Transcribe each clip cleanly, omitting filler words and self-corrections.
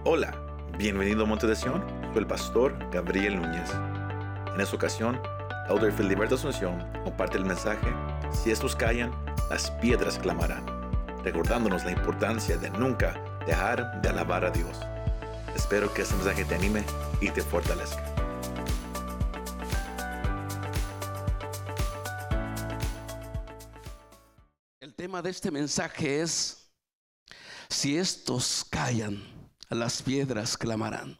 Hola, bienvenido a Monte de Sion, soy el pastor Gabriel Núñez. En esta ocasión, Elder Filiberto Asunción comparte el mensaje: si estos callan, las piedras clamarán, recordándonos la importancia de nunca dejar de alabar a Dios. Espero que este mensaje te anime y te fortalezca. El tema de este mensaje es: si estos callan, las piedras clamarán.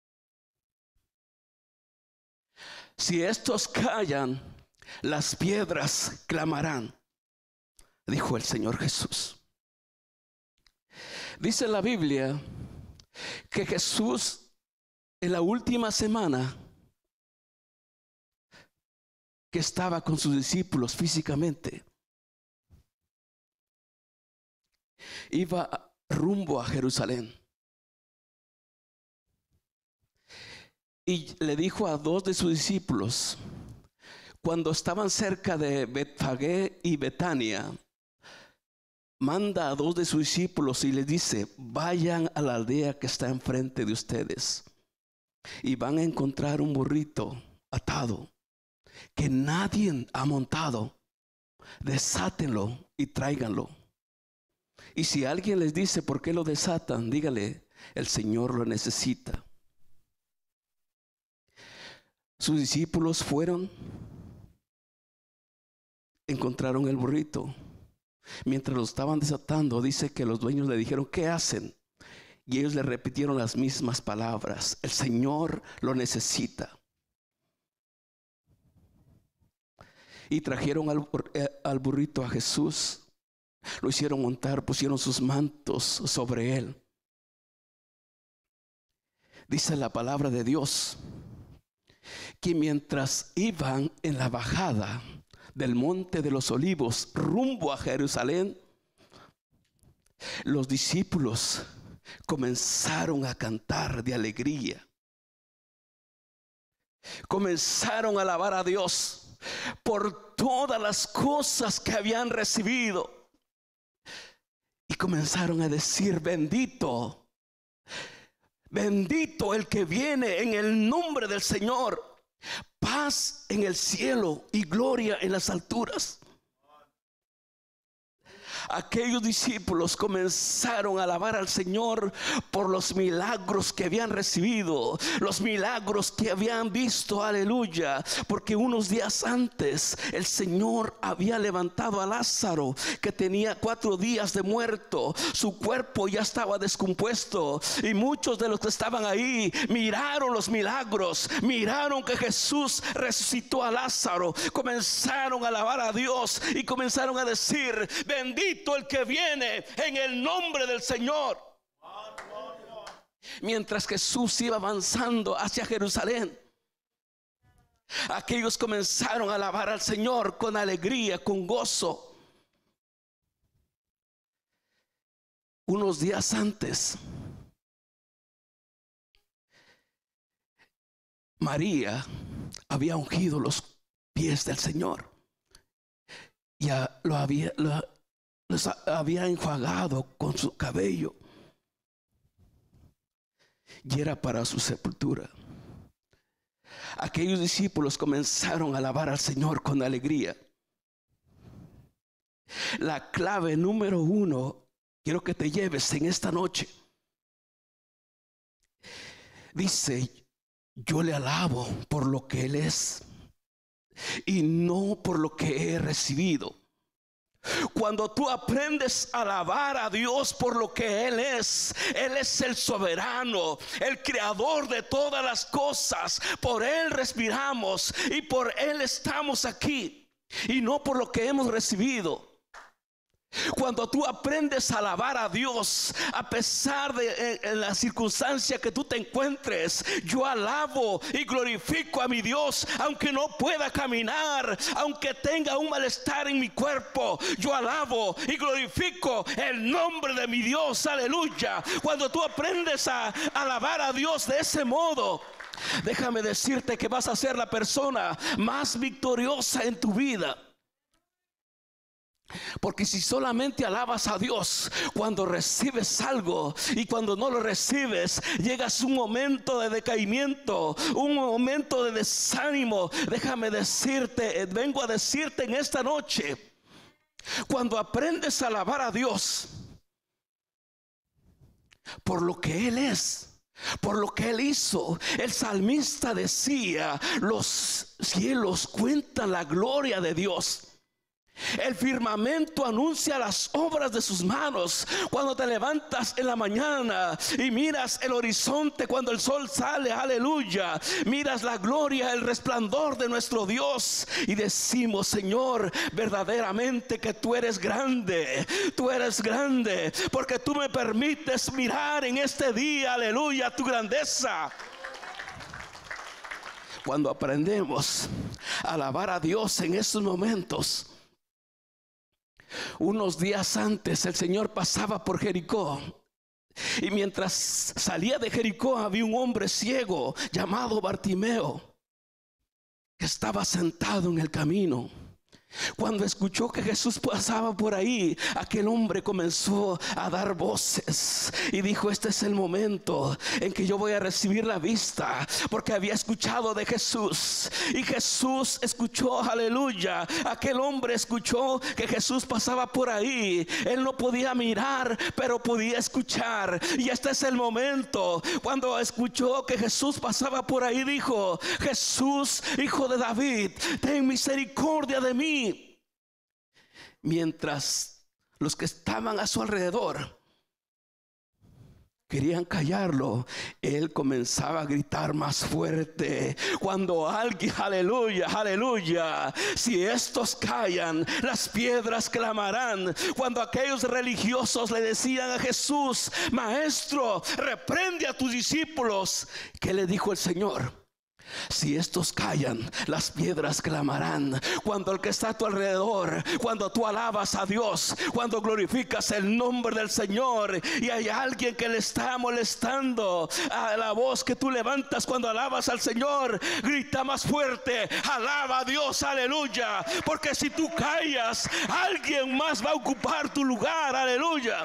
Si estos callan, las piedras clamarán, dijo el Señor Jesús. Dice la Biblia que Jesús en la última semana que estaba con sus discípulos físicamente, iba rumbo a Jerusalén. Y le dijo a dos de sus discípulos, cuando estaban cerca de Betfagé y Betania, manda a dos de sus discípulos y les dice: vayan a la aldea que está enfrente de ustedes y van a encontrar un burrito atado que nadie ha montado. Desátenlo y tráiganlo. Y si alguien les dice por qué lo desatan, dígale: el Señor lo necesita. Sus discípulos fueron, encontraron el burrito. Mientras lo estaban desatando, dice que los dueños le dijeron: ¿qué hacen? Y ellos le repitieron las mismas palabras: el Señor lo necesita. Y trajeron al burrito a Jesús. Lo hicieron montar, pusieron sus mantos sobre él. Dice la palabra de Dios que mientras iban en la bajada del Monte de los Olivos rumbo a Jerusalén, los discípulos comenzaron a cantar de alegría. Comenzaron a alabar a Dios por todas las cosas que habían recibido. Y comenzaron a decir: bendito, bendito el que viene en el nombre del Señor. Paz en el cielo y gloria en las alturas. Aquellos discípulos comenzaron a alabar al Señor por los milagros que habían recibido, los milagros que habían visto, aleluya, porque unos días antes el Señor había levantado a Lázaro, que tenía 4 días de muerto. Su cuerpo ya estaba descompuesto y muchos de los que estaban ahí miraron los milagros, miraron que Jesús resucitó a Lázaro, comenzaron a alabar a Dios y comenzaron a decir: bendito el que viene en el nombre del Señor. Mientras Jesús iba avanzando hacia Jerusalén, aquellos comenzaron a alabar al Señor con alegría, con gozo. Unos días antes, María había ungido los pies del Señor. Ya los había enjuagado con su cabello y era para su sepultura. Aquellos discípulos comenzaron a alabar al Señor con alegría. La clave número 1 quiero que te lleves en esta noche. Dice: yo le alabo por lo que Él es y no por lo que he recibido. Cuando tú aprendes a alabar a Dios por lo que Él es el soberano, el creador de todas las cosas. Por Él respiramos y por Él estamos aquí, y no por lo que hemos recibido. Cuando tú aprendes a alabar a Dios, a pesar de la circunstancia que tú te encuentres, yo alabo y glorifico a mi Dios, aunque no pueda caminar, aunque tenga un malestar en mi cuerpo, yo alabo y glorifico el nombre de mi Dios, aleluya. Cuando tú aprendes a alabar a Dios de ese modo, déjame decirte que vas a ser la persona más victoriosa en tu vida. Porque si solamente alabas a Dios cuando recibes algo, y cuando no lo recibes, llegas a un momento de decaimiento, un momento de desánimo. Déjame decirte, vengo a decirte en esta noche, cuando aprendes a alabar a Dios por lo que Él es, por lo que Él hizo, el salmista decía: los cielos cuentan la gloria de Dios. El firmamento anuncia las obras de sus manos. Cuando te levantas en la mañana y miras el horizonte cuando el sol sale, aleluya, miras la gloria, el resplandor de nuestro Dios, y decimos: Señor, verdaderamente que tú eres grande, porque tú me permites mirar en este día, aleluya, tu grandeza. Cuando aprendemos a alabar a Dios en estos momentos. Unos días antes el Señor pasaba por Jericó, y mientras salía de Jericó había un hombre ciego llamado Bartimeo que estaba sentado en el camino. Cuando escuchó que Jesús pasaba por ahí, aquel hombre comenzó a dar voces y dijo: este es el momento en que yo voy a recibir la vista, porque había escuchado de Jesús. Y Jesús escuchó, aleluya. Aquel hombre escuchó que Jesús pasaba por ahí. Él no podía mirar, pero podía escuchar. Y este es el momento. Cuando escuchó que Jesús pasaba por ahí, dijo: Jesús, hijo de David, ten misericordia de mí. Mientras los que estaban a su alrededor querían callarlo, él comenzaba a gritar más fuerte. Cuando alguien, aleluya, aleluya, si estos callan, las piedras clamarán. Cuando aquellos religiosos le decían a Jesús: Maestro, reprende a tus discípulos, ¿qué le dijo el Señor? Si estos callan, las piedras clamarán. Cuando el que está a tu alrededor, cuando tú alabas a Dios, cuando glorificas el nombre del Señor, y hay alguien que le está molestando a la voz que tú levantas cuando alabas al Señor, grita más fuerte: alaba a Dios, aleluya. Porque si tú callas, alguien más va a ocupar tu lugar, aleluya.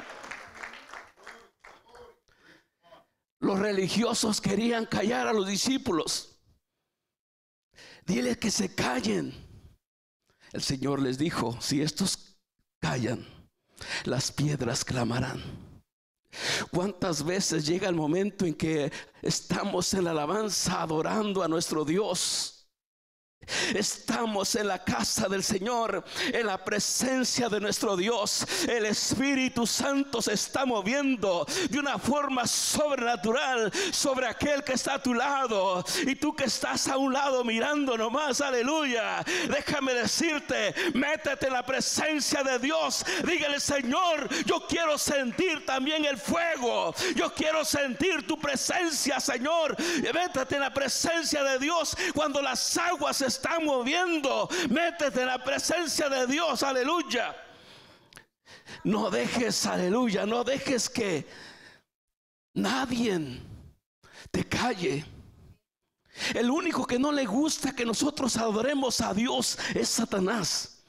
Los religiosos querían callar a los discípulos. Dile que se callen. El Señor les dijo: si estos callan, las piedras clamarán. ¿Cuántas veces llega el momento en que estamos en la alabanza adorando a nuestro Dios? Estamos en la casa del Señor, en la presencia de nuestro Dios. El Espíritu Santo se está moviendo de una forma sobrenatural sobre aquel que está a tu lado, y tú que estás a un lado mirando nomás, aleluya. Déjame decirte, métete en la presencia de Dios. Dígale: Señor, yo quiero sentir también el fuego, yo quiero sentir tu presencia, Señor. Métete en la presencia de Dios cuando las aguas se están moviendo. Métete en la presencia de Dios, aleluya. No dejes, aleluya, no dejes que nadie te calle. El único que no le gusta que nosotros adoremos a Dios es Satanás.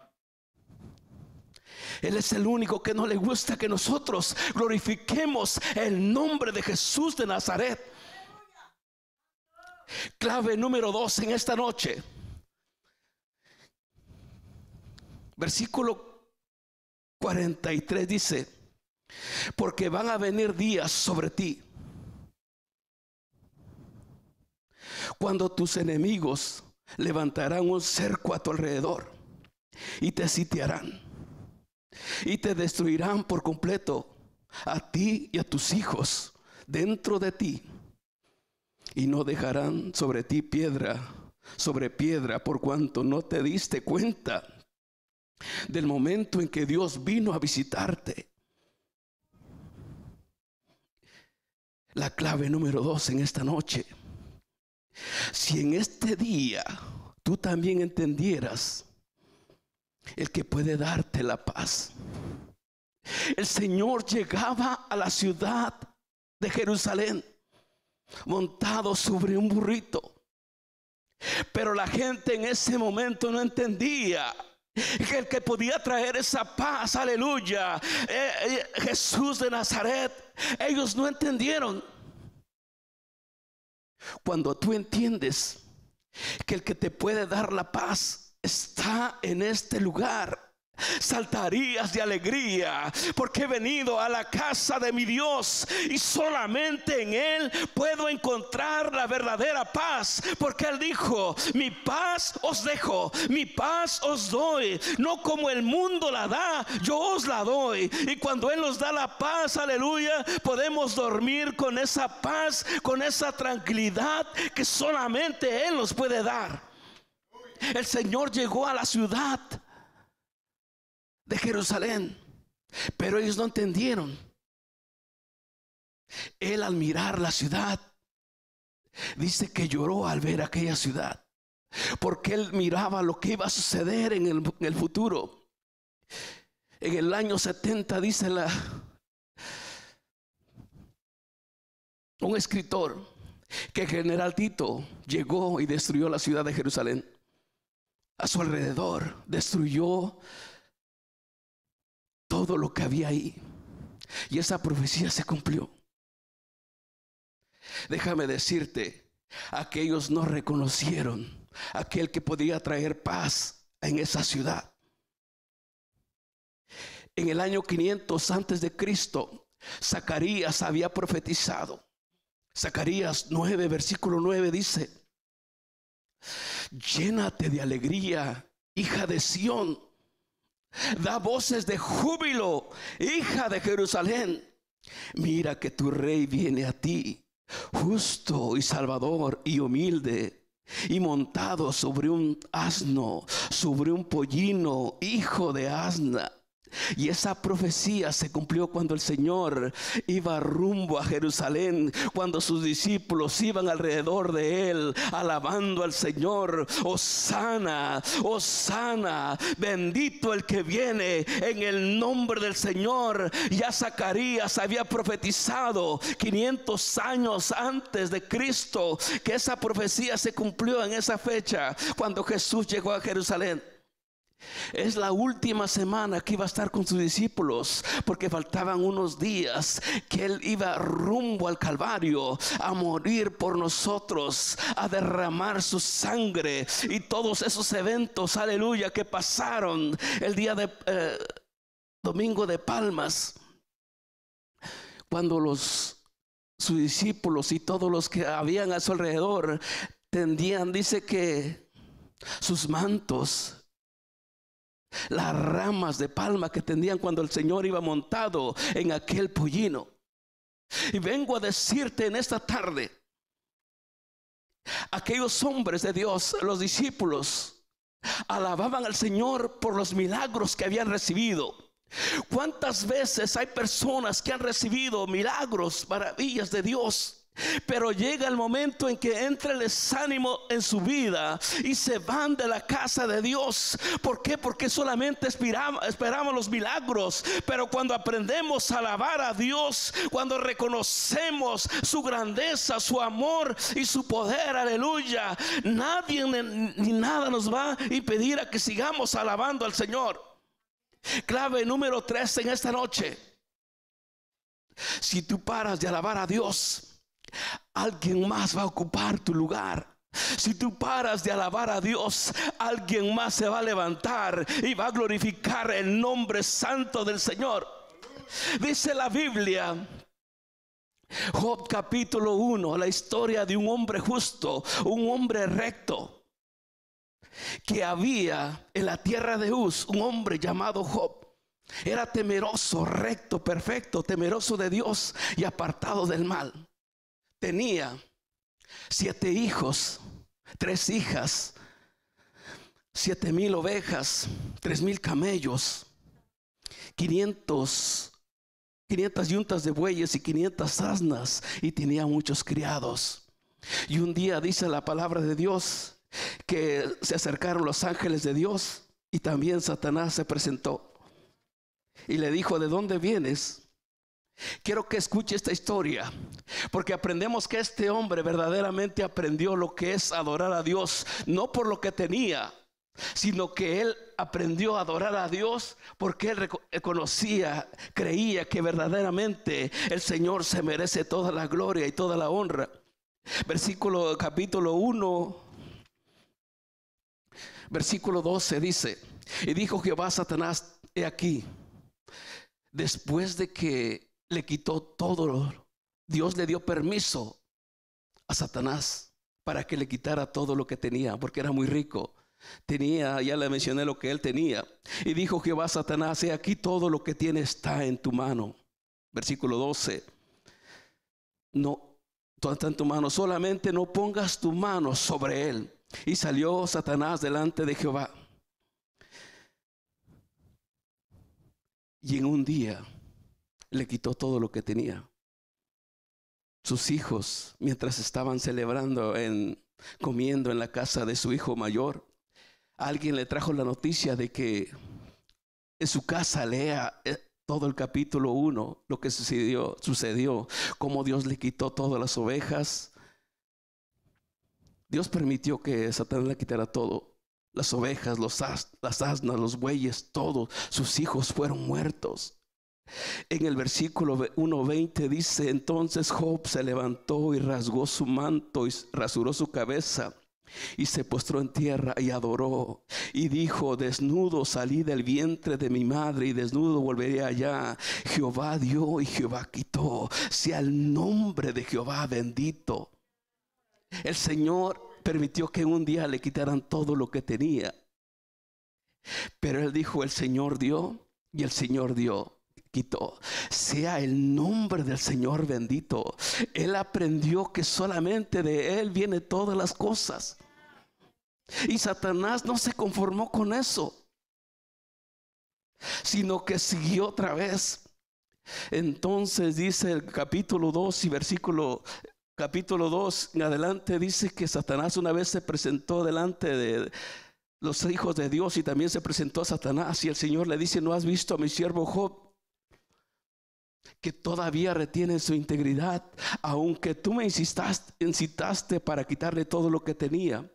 Él es el único que no le gusta que nosotros glorifiquemos el nombre de Jesús de Nazaret. Clave número 2 en esta noche. Versículo 43 dice: porque van a venir días sobre ti cuando tus enemigos levantarán un cerco a tu alrededor y te sitiarán y te destruirán por completo, a ti y a tus hijos dentro de ti. Y no dejarán sobre ti piedra sobre piedra, por cuanto no te diste cuenta del momento en que Dios vino a visitarte. La clave número 2 en esta noche: si en este día tú también entendieras el que puede darte la paz. El Señor llegaba a la ciudad de Jerusalén montado sobre un burrito, pero la gente en ese momento no entendía que el que podía traer esa paz, aleluya, Jesús de Nazaret. Ellos no entendieron. Cuando tú entiendes que el que te puede dar la paz está en este lugar, saltarías de alegría, porque he venido a la casa de mi Dios y solamente en Él puedo encontrar la verdadera paz, porque Él dijo: mi paz os dejo, mi paz os doy, no como el mundo la da, yo os la doy. Y cuando Él nos da la paz, aleluya, podemos dormir con esa paz, con esa tranquilidad que solamente Él nos puede dar. El Señor llegó a la ciudad de Jerusalén, pero ellos no entendieron. Él, al mirar la ciudad, dice que lloró al ver aquella ciudad, porque él miraba lo que iba a suceder en el futuro. En el año 70 dice un escritor que el general Tito llegó y destruyó la ciudad de Jerusalén. A su alrededor destruyó todo lo que había ahí, y esa profecía se cumplió. Déjame decirte, aquellos no reconocieron aquel que podía traer paz en esa ciudad. En el año 500 antes de Cristo, Zacarías había profetizado. Zacarías 9, versículo 9 dice: llénate de alegría, hija de Sión. Da voces de júbilo, hija de Jerusalén. Mira que tu rey viene a ti, justo y salvador y humilde, y montado sobre un asno, sobre un pollino, hijo de asna. Y esa profecía se cumplió cuando el Señor iba rumbo a Jerusalén, cuando sus discípulos iban alrededor de él alabando al Señor: Hosana, Hosana, bendito el que viene en el nombre del Señor. Ya Zacarías había profetizado 500 años antes de Cristo que esa profecía se cumplió en esa fecha, cuando Jesús llegó a Jerusalén. Es la última semana que iba a estar con sus discípulos, porque faltaban unos días que Él iba rumbo al Calvario a morir por nosotros, a derramar su sangre. Y todos esos eventos, aleluya, que pasaron el día de Domingo de Palmas, cuando sus discípulos y todos los que habían a su alrededor tendían, dice que sus mantos, las ramas de palma que tendían cuando el Señor iba montado en aquel pollino. Y vengo a decirte en esta tarde, aquellos hombres de Dios, los discípulos, alababan al Señor por los milagros que habían recibido. ¿Cuántas veces hay personas que han recibido milagros, maravillas de Dios, pero llega el momento en que entra el desánimo en su vida y se van de la casa de Dios? ¿Por qué? Porque solamente esperamos los milagros. Pero cuando aprendemos a alabar a Dios, cuando reconocemos su grandeza, su amor y su poder, aleluya, nadie ni nada nos va a impedir a que sigamos alabando al Señor. Clave número 3 en esta noche: si tú paras de alabar a Dios, alguien más va a ocupar tu lugar. Si tú paras de alabar a Dios, alguien más se va a levantar y va a glorificar el nombre santo del Señor. Dice la Biblia, Job capítulo 1, la historia de un hombre justo, un hombre recto, que había en la tierra de Uz, un hombre llamado Job. Era temeroso, recto, perfecto, temeroso de Dios y apartado del mal. Tenía 7 hijos, 3 hijas, 7,000 ovejas, 3,000 camellos, 500 yuntas de bueyes y 500 asnas, y tenía muchos criados. Y un día dice la palabra de Dios que se acercaron los ángeles de Dios, y también Satanás se presentó y le dijo: ¿de dónde vienes? Quiero que escuche esta historia, porque aprendemos que este hombre verdaderamente aprendió lo que es adorar a Dios, no por lo que tenía, sino que él aprendió a adorar a Dios porque él creía que verdaderamente el Señor se merece toda la gloria y toda la honra. Capítulo 1, versículo 12 dice: y dijo Jehová a Satanás, he aquí, después de que le quitó todo, Dios le dio permiso a Satanás para que le quitara todo lo que tenía, porque era muy rico. Ya le mencioné lo que él tenía. Y dijo Jehová a Satanás, he aquí, todo lo que tiene está en tu mano. Versículo 12. No, todo está en tu mano, solamente no pongas tu mano sobre él. Y salió Satanás delante de Jehová. Y en un día le quitó todo lo que tenía. Sus hijos, mientras estaban celebrando, comiendo en la casa de su hijo mayor, alguien le trajo la noticia de que en su casa lea todo el capítulo 1, lo que sucedió, cómo Dios le quitó todas las ovejas. Dios permitió que Satanás le quitara todo. Las ovejas, las asnas, los bueyes, todos sus hijos fueron muertos. En el versículo 1:20 dice: entonces Job se levantó y rasgó su manto y rasuró su cabeza y se postró en tierra y adoró y dijo: desnudo salí del vientre de mi madre y desnudo volveré allá. Jehová dio y Jehová quitó, sea el nombre de Jehová bendito. El Señor permitió que un día le quitaran todo lo que tenía, pero él dijo: el Señor dio y el Señor quitó, sea el nombre del Señor bendito. Él aprendió que solamente de él vienen todas las cosas, y Satanás no se conformó con eso, sino que siguió otra vez. Entonces dice el capítulo 2 y capítulo 2 en adelante, dice que Satanás una vez se presentó delante de los hijos de Dios y también se presentó a Satanás, y el Señor le dice: ¿no has visto a mi siervo Job, que todavía retiene su integridad, aunque tú me incitaste para quitarle todo lo que tenía?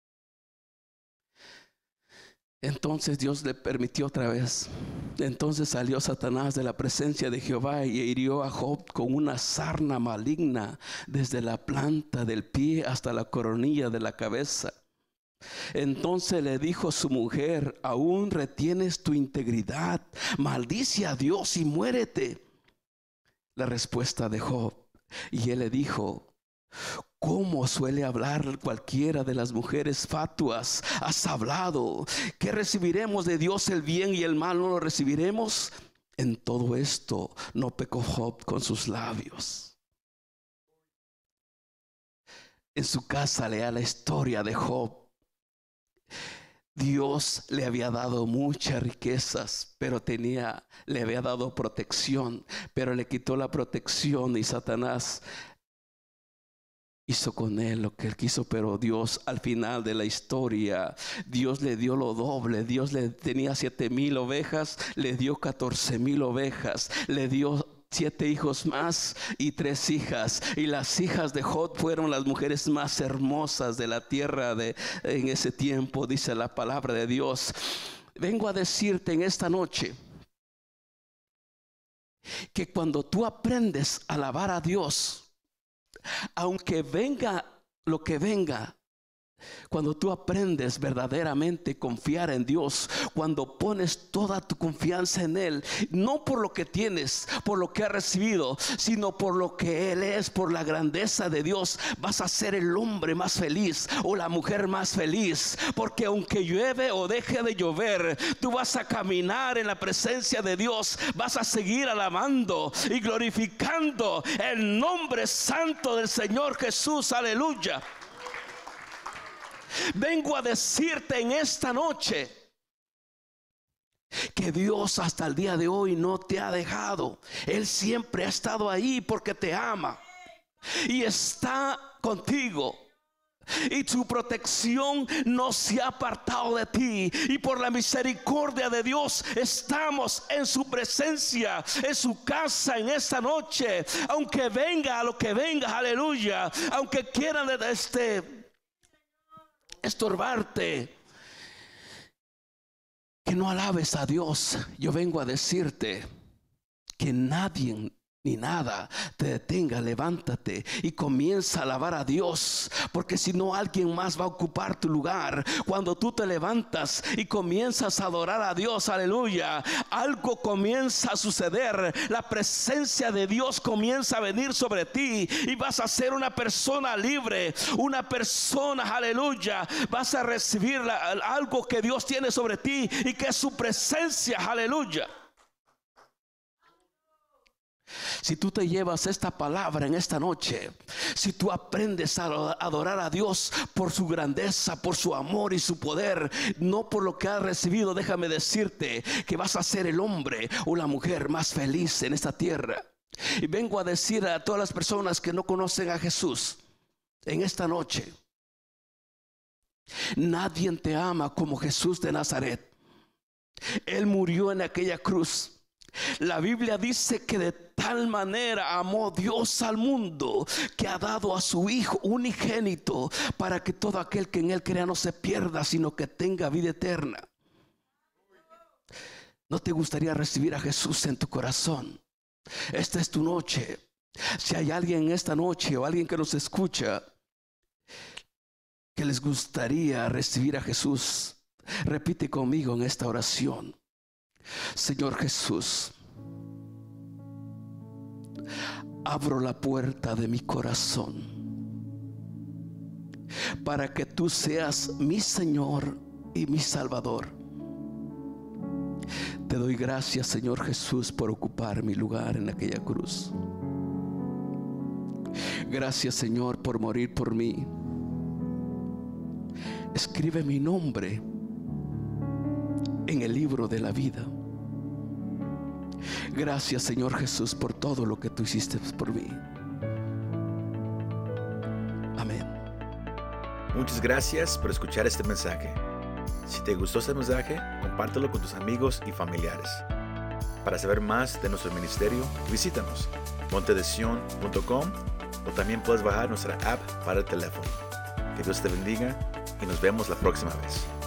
Entonces Dios le permitió otra vez. Entonces salió Satanás de la presencia de Jehová y hirió a Job con una sarna maligna desde la planta del pie hasta la coronilla de la cabeza. Entonces le dijo su mujer: ¿aún retienes tu integridad? Maldice a Dios y muérete. La respuesta de Job, y él le dijo: ¿cómo suele hablar cualquiera de las mujeres fatuas? Has hablado. ¿Qué recibiremos de Dios? El bien y el mal no lo recibiremos. En todo esto no pecó Job con sus labios. En su casa lea la historia de Job. Dios le había dado muchas riquezas, pero le había dado protección, pero le quitó la protección y Satanás hizo con él lo que él quiso. Pero Dios, al final de la historia, Dios le dio lo doble. Dios tenía 7,000 ovejas, le dio 14,000 ovejas, le dio 7 hijos más y 3 hijas, y las hijas de Job fueron las mujeres más hermosas de la tierra en ese tiempo, dice la palabra de Dios. Vengo a decirte en esta noche que cuando tú aprendes a alabar a Dios, aunque venga lo que venga, cuando tú aprendes verdaderamente a confiar en Dios, cuando pones toda tu confianza en Él, no por lo que tienes, por lo que has recibido, sino por lo que Él es, por la grandeza de Dios, vas a ser el hombre más feliz o la mujer más feliz, porque aunque llueve o deje de llover, tú vas a caminar en la presencia de Dios, vas a seguir alabando y glorificando el nombre santo del Señor Jesús. Aleluya. Vengo a decirte en esta noche que Dios hasta el día de hoy no te ha dejado. Él siempre ha estado ahí porque te ama y está contigo, y tu protección no se ha apartado de ti, y por la misericordia de Dios estamos en su presencia, en su casa en esta noche. Aunque venga lo que venga, aleluya, aunque quieran estorbarte, que no alabes a Dios, yo vengo a decirte que nadie ni nada te detenga. Levántate y comienza a alabar a Dios, porque si no, alguien más va a ocupar tu lugar. Cuando tú te levantas y comienzas a adorar a Dios, aleluya, algo comienza a suceder. La presencia de Dios comienza a venir sobre ti y vas a ser una persona libre, una persona, aleluya, vas a recibir algo que Dios tiene sobre ti y que es su presencia, aleluya. Si tú te llevas esta palabra en esta noche, si tú aprendes a adorar a Dios por su grandeza, por su amor y su poder, no por lo que has recibido, déjame decirte que vas a ser el hombre o la mujer más feliz en esta tierra. Y vengo a decir a todas las personas que no conocen a Jesús en esta noche: nadie te ama como Jesús de Nazaret. Él murió en aquella cruz. La Biblia dice que de tal manera amó Dios al mundo, que ha dado a su Hijo unigénito, para que todo aquel que en Él crea no se pierda, sino que tenga vida eterna. ¿No te gustaría recibir a Jesús en tu corazón? Esta es tu noche. Si hay alguien en esta noche o alguien que nos escucha que les gustaría recibir a Jesús, repite conmigo en esta oración: Señor Jesús, abro la puerta de mi corazón para que tú seas mi Señor y mi Salvador. Te doy gracias, Señor Jesús, por ocupar mi lugar en aquella cruz. Gracias, Señor, por morir por mí. Escribe mi nombre en el libro de la vida. Gracias, Señor Jesús, por todo lo que tú hiciste por mí. Amén. Muchas gracias por escuchar este mensaje. Si te gustó este mensaje, compártelo con tus amigos y familiares. Para saber más de nuestro ministerio, visítanos montedesion.com, o también puedes bajar nuestra app para el teléfono. Que Dios te bendiga y nos vemos la próxima vez.